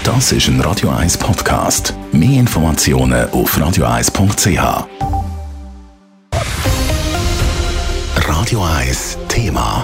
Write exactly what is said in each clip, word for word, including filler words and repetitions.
Das ist ein Radio eins Podcast. Mehr Informationen auf radio eins punkt c h. Radio eins Thema.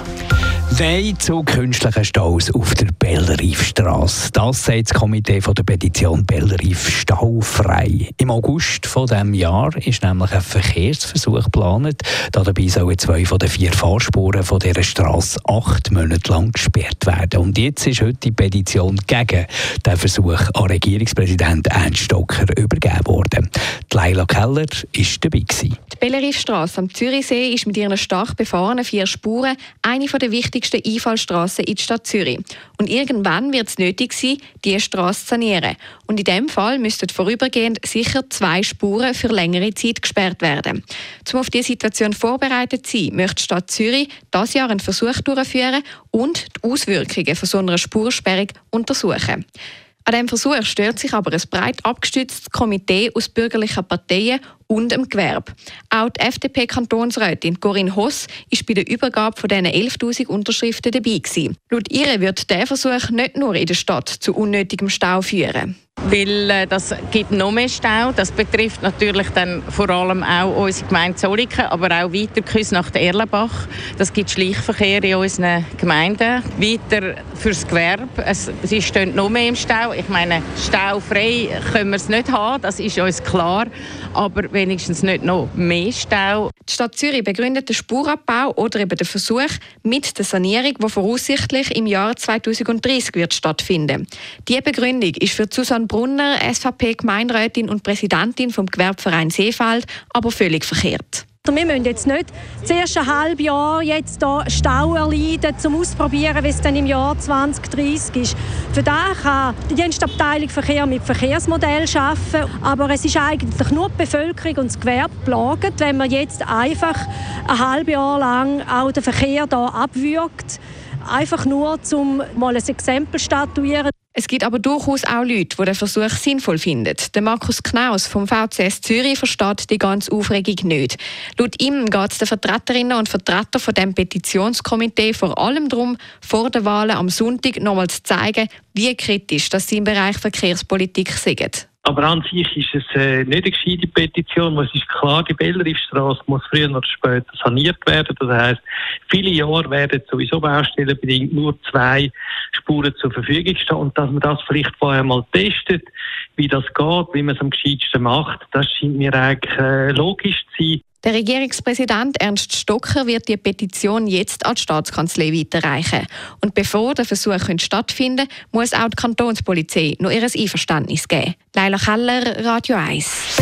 Nein zu künstlichen Staus auf der Bellerive-Strasse. Das sagt das Komitee von der Petition Bellerive staufrei. Im August von diesem Jahr ist nämlich ein Verkehrsversuch geplant. Dabei sollen zwei von den vier Fahrspuren von dieser Strasse acht Monate lang gesperrt werden. Und jetzt ist heute die Petition gegen den Versuch an Regierungspräsident Ernst Stocker übergeben worden. Die Leila Keller war dabei gewesen. Die Bellerive-Strasse am Zürichsee ist mit ihren stark befahrenen vier Spuren eine der wichtigsten Einfallstrassen in die Stadt Zürich. Und irgendwann wird es nötig sein, diese Strasse zu sanieren. Und in diesem Fall müssten vorübergehend sicher zwei Spuren für längere Zeit gesperrt werden. Um auf diese Situation vorbereitet zu sein, möchte die Stadt Zürich dieses Jahr einen Versuch durchführen und die Auswirkungen von so einer Spursperrung untersuchen. An diesem Versuch stört sich aber ein breit abgestütztes Komitee aus bürgerlichen Parteien und dem Gewerbe. Auch die F D P-Kantonsrätin Corinne Hoss war bei der Übergabe von diesen elftausend Unterschriften dabei gewesen. Laut ihr wird dieser Versuch nicht nur in der Stadt zu unnötigem Stau führen. Weil äh, das gibt noch mehr Stau. Das betrifft natürlich dann vor allem auch unsere Gemeinde Zollikofen, aber auch weiter bis nach der Erlenbach. Das gibt Schleichverkehr in unseren Gemeinden. Weiter fürs Gewerbe. Es, sie stehen noch mehr im Stau. Ich meine, staufrei können wir es nicht haben, das ist uns klar. Aber wenigstens nicht noch mehr Stau. Die Stadt Zürich begründet den Spurabbau oder eben den Versuch mit der Sanierung, die voraussichtlich im Jahr zweitausenddreißig wird stattfinden. Diese Begründung ist für Susanne Brunner, S V P-Gemeinderätin und Präsidentin vom Gewerbeverein Seefeld, aber völlig verkehrt. Wir müssen jetzt nicht zuerst ein halbes Jahr jetzt hier Stau erleiden, um auszuprobieren, wie es dann im Jahr zwanzig dreißig ist. Für das kann die Dienstabteilung Verkehr mit Verkehrsmodell arbeiten. Aber es ist eigentlich nur die Bevölkerung und das Gewerbe plagen, wenn man jetzt einfach ein halbes Jahr lang auch den Verkehr hier abwürgt. Einfach nur, um mal ein Exempel zu statuieren. Es gibt aber durchaus auch Leute, die den Versuch sinnvoll finden. Der Markus Knaus vom V C S Zürich versteht die ganze Aufregung nicht. Laut ihm geht es den Vertreterinnen und Vertretern von dem Petitionskomitee vor allem darum, vor den Wahlen am Sonntag nochmal zu zeigen, wie kritisch dass sie im Bereich Verkehrspolitik sind. Aber an sich ist es äh, nicht eine gescheite Petition, weil es ist klar, die Bellerive-Strasse muss früher oder später saniert werden. Das heisst, viele Jahre werden sowieso baustellenbedingt nur zwei Spuren zur Verfügung stehen. Und dass man das vielleicht vorher mal testet, wie das geht, wie man es am gescheitsten macht, das scheint mir eigentlich äh, logisch zu sein. Der Regierungspräsident Ernst Stocker wird die Petition jetzt an die Staatskanzlei weiterreichen. Und bevor der Versuch stattfinden kann, muss auch die Kantonspolizei noch ihr Einverständnis geben. Leila Keller, Radio eins.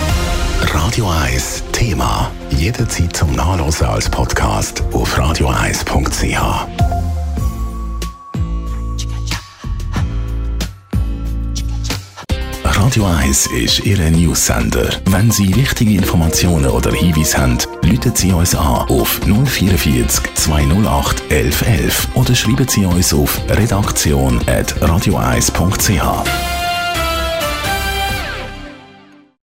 Radio eins Thema. Jederzeit zum Nachlesen als Podcast auf radio eins punkt c h. Radio eins ist Ihr News-Sender. Wenn Sie wichtige Informationen oder Hinweise haben, rufen Sie uns an auf null vier vier zwei null acht elf elf oder schreiben Sie uns auf redaktion at radio eins punkt c h.